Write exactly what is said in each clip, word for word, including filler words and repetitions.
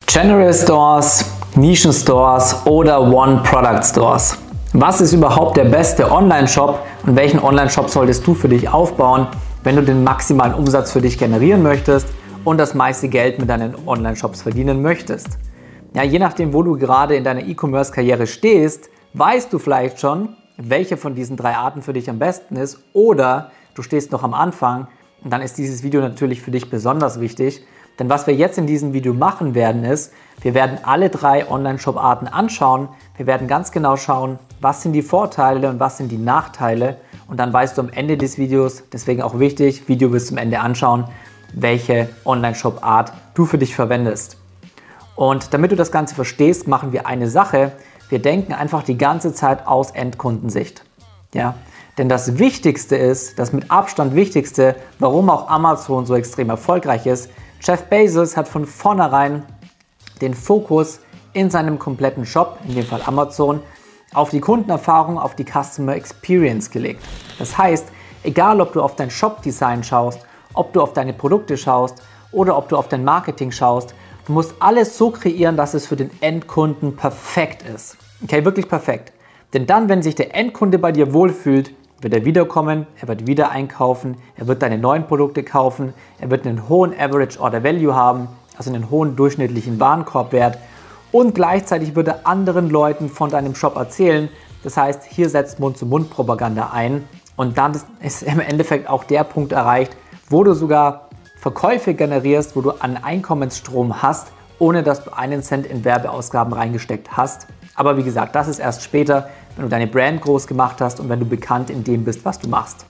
General Stores, Nischen Stores oder One Product Stores. Was ist überhaupt der beste Online-Shop und welchen Online-Shop solltest du für dich aufbauen, wenn du den maximalen Umsatz für dich generieren möchtest und das meiste Geld mit deinen Online-Shops verdienen möchtest? Ja, je nachdem, wo du gerade in deiner E-Commerce-Karriere stehst, weißt du vielleicht schon, welche von diesen drei Arten für dich am besten ist, oder du stehst noch am Anfang und dann ist dieses Video natürlich für dich besonders wichtig. Denn was wir jetzt in diesem Video machen werden ist, wir werden alle drei Online-Shop-Arten anschauen. Wir werden ganz genau schauen, was sind die Vorteile und was sind die Nachteile. Und dann weißt du am Ende des Videos, deswegen auch wichtig, Video bis zum Ende anschauen, welche Online-Shop-Art du für dich verwendest. Und damit du das Ganze verstehst, machen wir eine Sache. Wir denken einfach die ganze Zeit aus Endkundensicht. Ja? Denn das Wichtigste ist, das mit Abstand Wichtigste, warum auch Amazon so extrem erfolgreich ist, Jeff Bezos hat von vornherein den Fokus in seinem kompletten Shop, in dem Fall Amazon, auf die Kundenerfahrung, auf die Customer Experience gelegt. Das heißt, egal ob du auf dein Shop-Design schaust, ob du auf deine Produkte schaust oder ob du auf dein Marketing schaust, du musst alles so kreieren, dass es für den Endkunden perfekt ist. Okay, wirklich perfekt. Denn dann, wenn sich der Endkunde bei dir wohlfühlt, wird er wiederkommen, er wird wieder einkaufen, er wird deine neuen Produkte kaufen, er wird einen hohen Average Order Value haben, also einen hohen durchschnittlichen Warenkorbwert, und gleichzeitig wird er anderen Leuten von deinem Shop erzählen. Das heißt, hier setzt Mund-zu-Mund-Propaganda ein und dann ist im Endeffekt auch der Punkt erreicht, wo du sogar Verkäufe generierst, wo du einen Einkommensstrom hast, ohne dass du einen Cent in Werbeausgaben reingesteckt hast. Aber wie gesagt, das ist erst später, wenn du deine Brand groß gemacht hast und wenn du bekannt in dem bist, was du machst.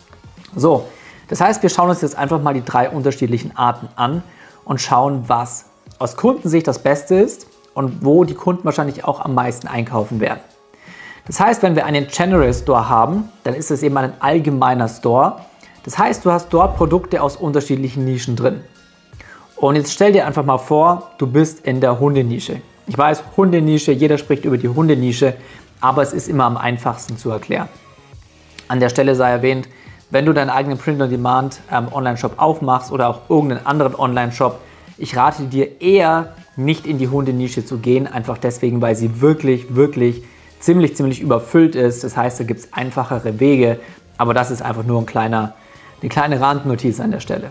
So, das heißt, wir schauen uns jetzt einfach mal die drei unterschiedlichen Arten an und schauen, was aus Kundensicht das Beste ist und wo die Kunden wahrscheinlich auch am meisten einkaufen werden. Das heißt, wenn wir einen General Store haben, dann ist es eben ein allgemeiner Store. Das heißt, du hast dort Produkte aus unterschiedlichen Nischen drin. Und jetzt stell dir einfach mal vor, du bist in der Hundenische. Ich weiß, Hundenische, jeder spricht über die Hundenische, aber es ist immer am einfachsten zu erklären. An der Stelle sei erwähnt, wenn du deinen eigenen Print-on-Demand ähm, Online-Shop aufmachst oder auch irgendeinen anderen Online-Shop, ich rate dir eher, nicht in die Hundenische zu gehen, einfach deswegen, weil sie wirklich, wirklich ziemlich, ziemlich überfüllt ist. Das heißt, da gibt es einfachere Wege, aber das ist einfach nur ein kleiner, eine kleine Randnotiz an der Stelle.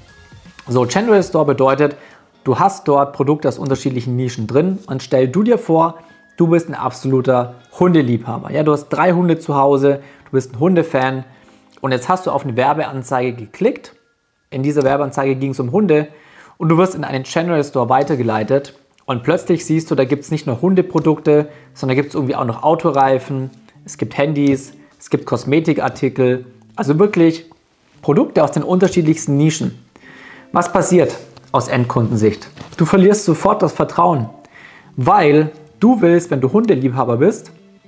So, General Store bedeutet, du hast dort Produkte aus unterschiedlichen Nischen drin und stell du dir vor, du bist ein absoluter Hundeliebhaber. Ja, du hast drei Hunde zu Hause, du bist ein Hundefan und jetzt hast du auf eine Werbeanzeige geklickt. In dieser Werbeanzeige ging es um Hunde und du wirst in einen General Store weitergeleitet und plötzlich siehst du, da gibt es nicht nur Hundeprodukte, sondern gibt es irgendwie auch noch Autoreifen, es gibt Handys, es gibt Kosmetikartikel, also wirklich Produkte aus den unterschiedlichsten Nischen. Was passiert aus Endkundensicht? Du verlierst sofort das Vertrauen, weil du willst, wenn du Hundeliebhaber bist,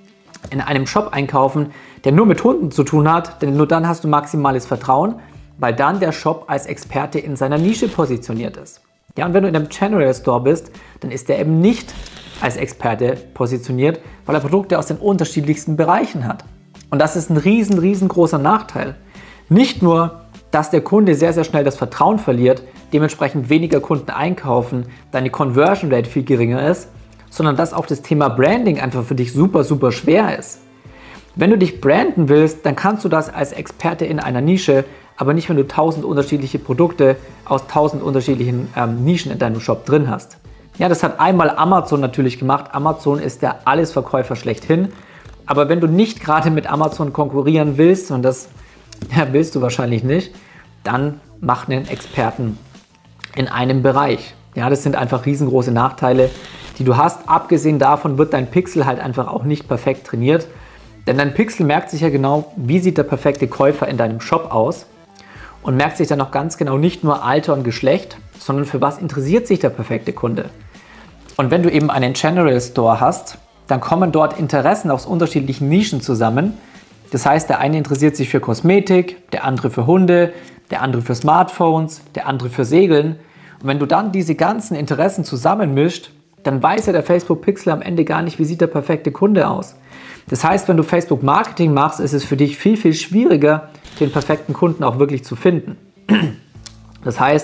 in einem Shop einkaufen, der nur mit Hunden zu tun hat, denn nur dann hast du maximales Vertrauen, weil dann der Shop als Experte in seiner Nische positioniert ist. Ja, und wenn du in einem General Store bist, dann ist der eben nicht als Experte positioniert, weil er Produkte aus den unterschiedlichsten Bereichen hat. Und das ist ein riesen, riesengroßer Nachteil. Nicht nur, dass der Kunde sehr, sehr schnell das Vertrauen verliert, dementsprechend weniger Kunden einkaufen, deine Conversion Rate viel geringer ist, sondern dass auch das Thema Branding einfach für dich super, super schwer ist. Wenn du dich branden willst, dann kannst du das als Experte in einer Nische, aber nicht, wenn du tausend unterschiedliche Produkte aus tausend unterschiedlichen ähm, Nischen in deinem Shop drin hast. Ja, das hat einmal Amazon natürlich gemacht. Amazon ist der Allesverkäufer schlechthin. Aber wenn du nicht gerade mit Amazon konkurrieren willst, und das ja, willst du wahrscheinlich nicht, dann mach einen Experten in einem Bereich. Ja, das sind einfach riesengroße Nachteile, die du hast. Abgesehen davon wird dein Pixel halt einfach auch nicht perfekt trainiert. Denn dein Pixel merkt sich ja genau, wie sieht der perfekte Käufer in deinem Shop aus und merkt sich dann auch ganz genau nicht nur Alter und Geschlecht, sondern für was interessiert sich der perfekte Kunde. Und wenn du eben einen General Store hast, dann kommen dort Interessen aus unterschiedlichen Nischen zusammen. Das heißt, der eine interessiert sich für Kosmetik, der andere für Hunde, der andere für Smartphones, der andere für Segeln. Und wenn du dann diese ganzen Interessen zusammenmischt, dann weiß ja der Facebook Pixel am Ende gar nicht, wie sieht der perfekte Kunde aus. Das heißt, wenn du Facebook Marketing machst, ist es für dich viel, viel schwieriger, den perfekten Kunden auch wirklich zu finden. Das heißt,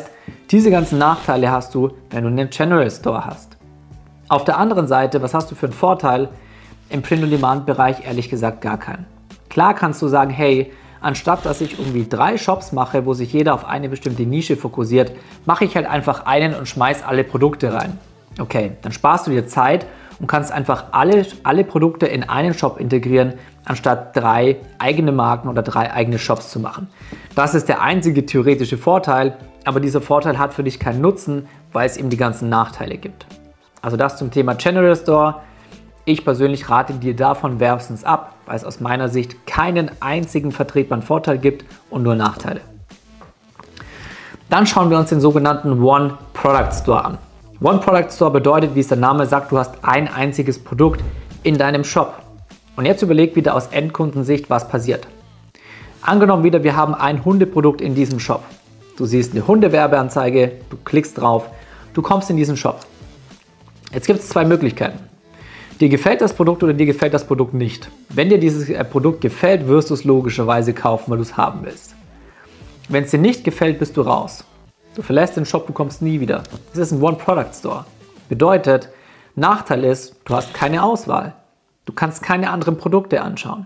Diese ganzen Nachteile hast du, wenn du einen General Store hast. Auf der anderen Seite, was hast du für einen Vorteil? Im Print-on-Demand-Bereich ehrlich gesagt gar keinen. Klar kannst du sagen, hey, anstatt dass ich irgendwie drei Shops mache, wo sich jeder auf eine bestimmte Nische fokussiert, mache ich halt einfach einen und schmeiß alle Produkte rein. Okay, dann sparst du dir Zeit und kannst einfach alle, alle Produkte in einen Shop integrieren, anstatt drei eigene Marken oder drei eigene Shops zu machen. Das ist der einzige theoretische Vorteil, aber dieser Vorteil hat für dich keinen Nutzen, weil es eben die ganzen Nachteile gibt. Also das zum Thema General Store. Ich persönlich rate dir davon wärmstens ab, weil es aus meiner Sicht keinen einzigen vertretbaren Vorteil gibt und nur Nachteile. Dann schauen wir uns den sogenannten One Product Store an. One Product Store bedeutet, wie es der Name sagt, du hast ein einziges Produkt in deinem Shop. Und jetzt überleg wieder aus Endkundensicht, was passiert. Angenommen wieder, wir haben ein Hundeprodukt in diesem Shop. Du siehst eine Hundewerbeanzeige, du klickst drauf, du kommst in diesen Shop. Jetzt gibt es zwei Möglichkeiten. Dir gefällt das Produkt oder dir gefällt das Produkt nicht. Wenn dir dieses Produkt gefällt, wirst du es logischerweise kaufen, weil du es haben willst. Wenn es dir nicht gefällt, bist du raus. Du verlässt den Shop, du kommst nie wieder. Das ist ein One-Product-Store. Bedeutet, Nachteil ist, du hast keine Auswahl. Du kannst keine anderen Produkte anschauen.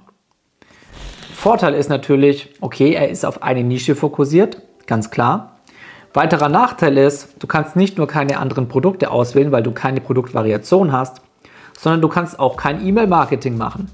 Vorteil ist natürlich, okay, er ist auf eine Nische fokussiert, ganz klar. Weiterer Nachteil ist, du kannst nicht nur keine anderen Produkte auswählen, weil du keine Produktvariation hast, sondern du kannst auch kein E-Mail-Marketing machen.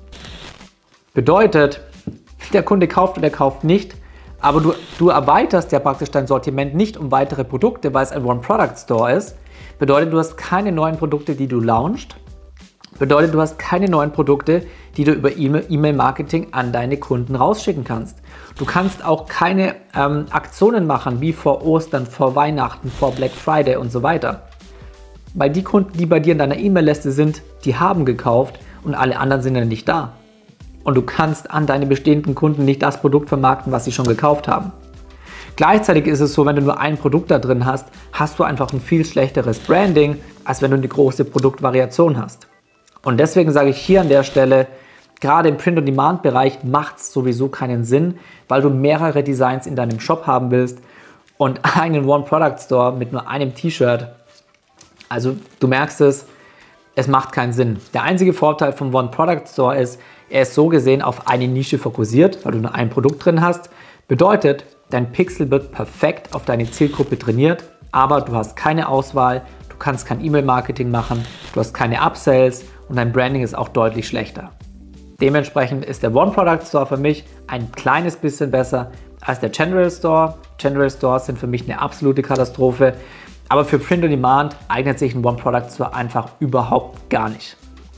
Bedeutet, der Kunde kauft oder er kauft nicht, aber du, du erweiterst ja praktisch dein Sortiment nicht um weitere Produkte, weil es ein One-Product-Store ist. Bedeutet, du hast keine neuen Produkte, die du launchst. Bedeutet, du hast keine neuen Produkte, die du über E-Mail-Marketing an deine Kunden rausschicken kannst. Du kannst auch keine ähm, Aktionen machen, wie vor Ostern, vor Weihnachten, vor Black Friday und so weiter. Weil die Kunden, die bei dir in deiner E-Mail-Liste sind, die haben gekauft und alle anderen sind ja nicht da. Und du kannst an deine bestehenden Kunden nicht das Produkt vermarkten, was sie schon gekauft haben. Gleichzeitig ist es so, wenn du nur ein Produkt da drin hast, hast du einfach ein viel schlechteres Branding, als wenn du eine große Produktvariation hast. Und deswegen sage ich hier an der Stelle, gerade im Print-on-Demand-Bereich macht es sowieso keinen Sinn, weil du mehrere Designs in deinem Shop haben willst und einen One-Product-Store mit nur einem T-Shirt. Also du merkst es, es macht keinen Sinn. Der einzige Vorteil vom One-Product-Store ist, er ist so gesehen auf eine Nische fokussiert, weil du nur ein Produkt drin hast. Bedeutet, dein Pixel wird perfekt auf deine Zielgruppe trainiert, aber du hast keine Auswahl, du kannst kein E-Mail-Marketing machen, du hast keine Upsells und dein Branding ist auch deutlich schlechter. Dementsprechend ist der One-Product-Store für mich ein kleines bisschen besser als der General Store. General Stores sind für mich eine absolute Katastrophe. Aber für Print on Demand eignet sich ein One-Product-Store einfach überhaupt gar nicht.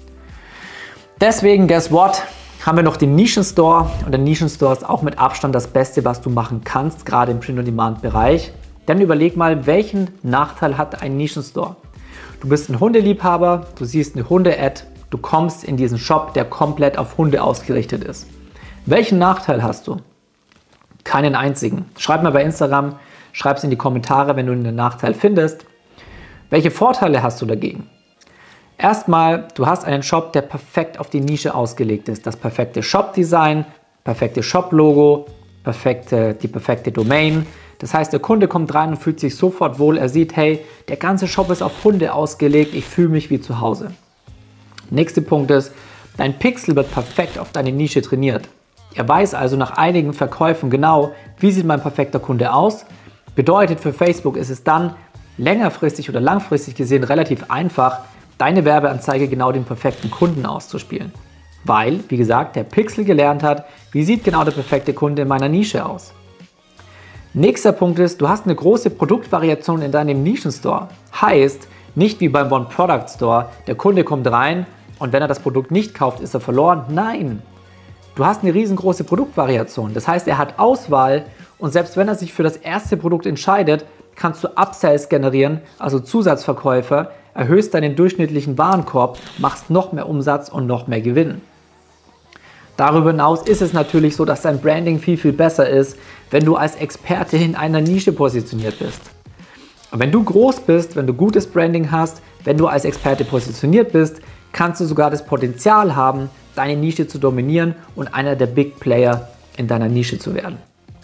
Deswegen, guess what? Haben wir noch den Nischen-Store. Und der Nischen-Store ist auch mit Abstand das Beste, was du machen kannst, gerade im Print on Demand-Bereich. Dann überleg mal, welchen Nachteil hat ein Nischen-Store? Du bist ein Hundeliebhaber, du siehst eine Hunde-Ad, du kommst in diesen Shop, der komplett auf Hunde ausgerichtet ist. Welchen Nachteil hast du? Keinen einzigen. Schreib mal bei Instagram, schreib es in die Kommentare, wenn du einen Nachteil findest. Welche Vorteile hast du dagegen? Erstmal, du hast einen Shop, der perfekt auf die Nische ausgelegt ist. Das perfekte Shop-Design, perfekte Shop-Logo, perfekte, die perfekte Domain. Das heißt, der Kunde kommt rein und fühlt sich sofort wohl. Er sieht, hey, der ganze Shop ist auf Hunde ausgelegt, ich fühle mich wie zu Hause. Nächster Punkt ist, dein Pixel wird perfekt auf deine Nische trainiert. Er weiß also nach einigen Verkäufen genau, wie sieht mein perfekter Kunde aus. Bedeutet, für Facebook ist es dann längerfristig oder langfristig gesehen relativ einfach, deine Werbeanzeige genau den perfekten Kunden auszuspielen. Weil, wie gesagt, der Pixel gelernt hat, wie sieht genau der perfekte Kunde in meiner Nische aus. Nächster Punkt ist, du hast eine große Produktvariation in deinem Nischen-Store. Heißt, nicht wie beim One-Product-Store, der Kunde kommt rein und wenn er das Produkt nicht kauft, ist er verloren. Nein, du hast eine riesengroße Produktvariation. Das heißt, er hat Auswahl und selbst wenn er sich für das erste Produkt entscheidet, kannst du Upsells generieren, also Zusatzverkäufer, erhöhst deinen durchschnittlichen Warenkorb, machst noch mehr Umsatz und noch mehr Gewinn. Darüber hinaus ist es natürlich so, dass dein Branding viel, viel besser ist, wenn du als Experte in einer Nische positioniert bist. Und wenn du groß bist, wenn du gutes Branding hast, wenn du als Experte positioniert bist, kannst du sogar das Potenzial haben, deine Nische zu dominieren und einer der Big Player in deiner Nische zu werden.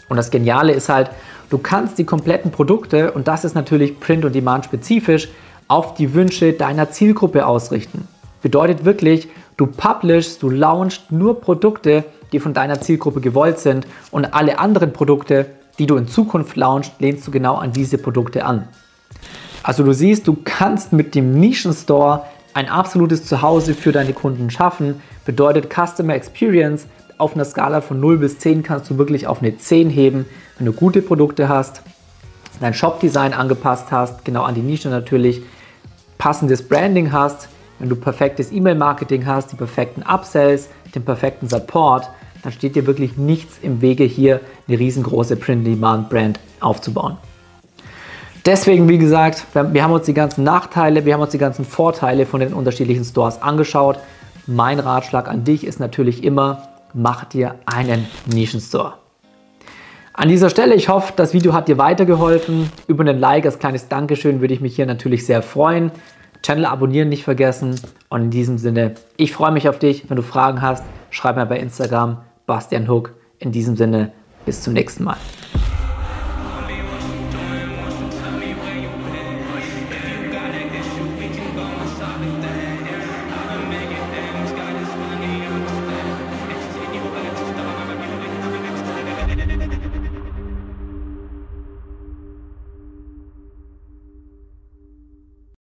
Und das Geniale ist halt, du kannst die kompletten Produkte, und das ist natürlich Print- und Demand-spezifisch, auf die Wünsche deiner Zielgruppe ausrichten. Bedeutet wirklich, du publishst, du launchst nur Produkte, die von deiner Zielgruppe gewollt sind, und alle anderen Produkte, die du in Zukunft launchst, lehnst du genau an diese Produkte an. Also du siehst, du kannst mit dem Nischenstore ein absolutes Zuhause für deine Kunden schaffen. Bedeutet Customer Experience auf einer Skala von null bis zehn kannst du wirklich auf eine zehn heben, wenn du gute Produkte hast, dein Shop-Design angepasst hast, genau an die Nische natürlich, passendes Branding hast, wenn du perfektes E-Mail-Marketing hast, die perfekten Upsells, den perfekten Support, dann steht dir wirklich nichts im Wege, hier eine riesengroße Print-Demand-Brand aufzubauen. Deswegen, wie gesagt, wir haben uns die ganzen Nachteile, wir haben uns die ganzen Vorteile von den unterschiedlichen Stores angeschaut. Mein Ratschlag an dich ist natürlich immer, mach dir einen Nischenstore. An dieser Stelle, ich hoffe, das Video hat dir weitergeholfen. Über einen Like als kleines Dankeschön würde ich mich hier natürlich sehr freuen. Channel abonnieren nicht vergessen. Und in diesem Sinne, ich freue mich auf dich. Wenn du Fragen hast, schreib mir bei Instagram, Bastian Hook. In diesem Sinne, bis zum nächsten Mal.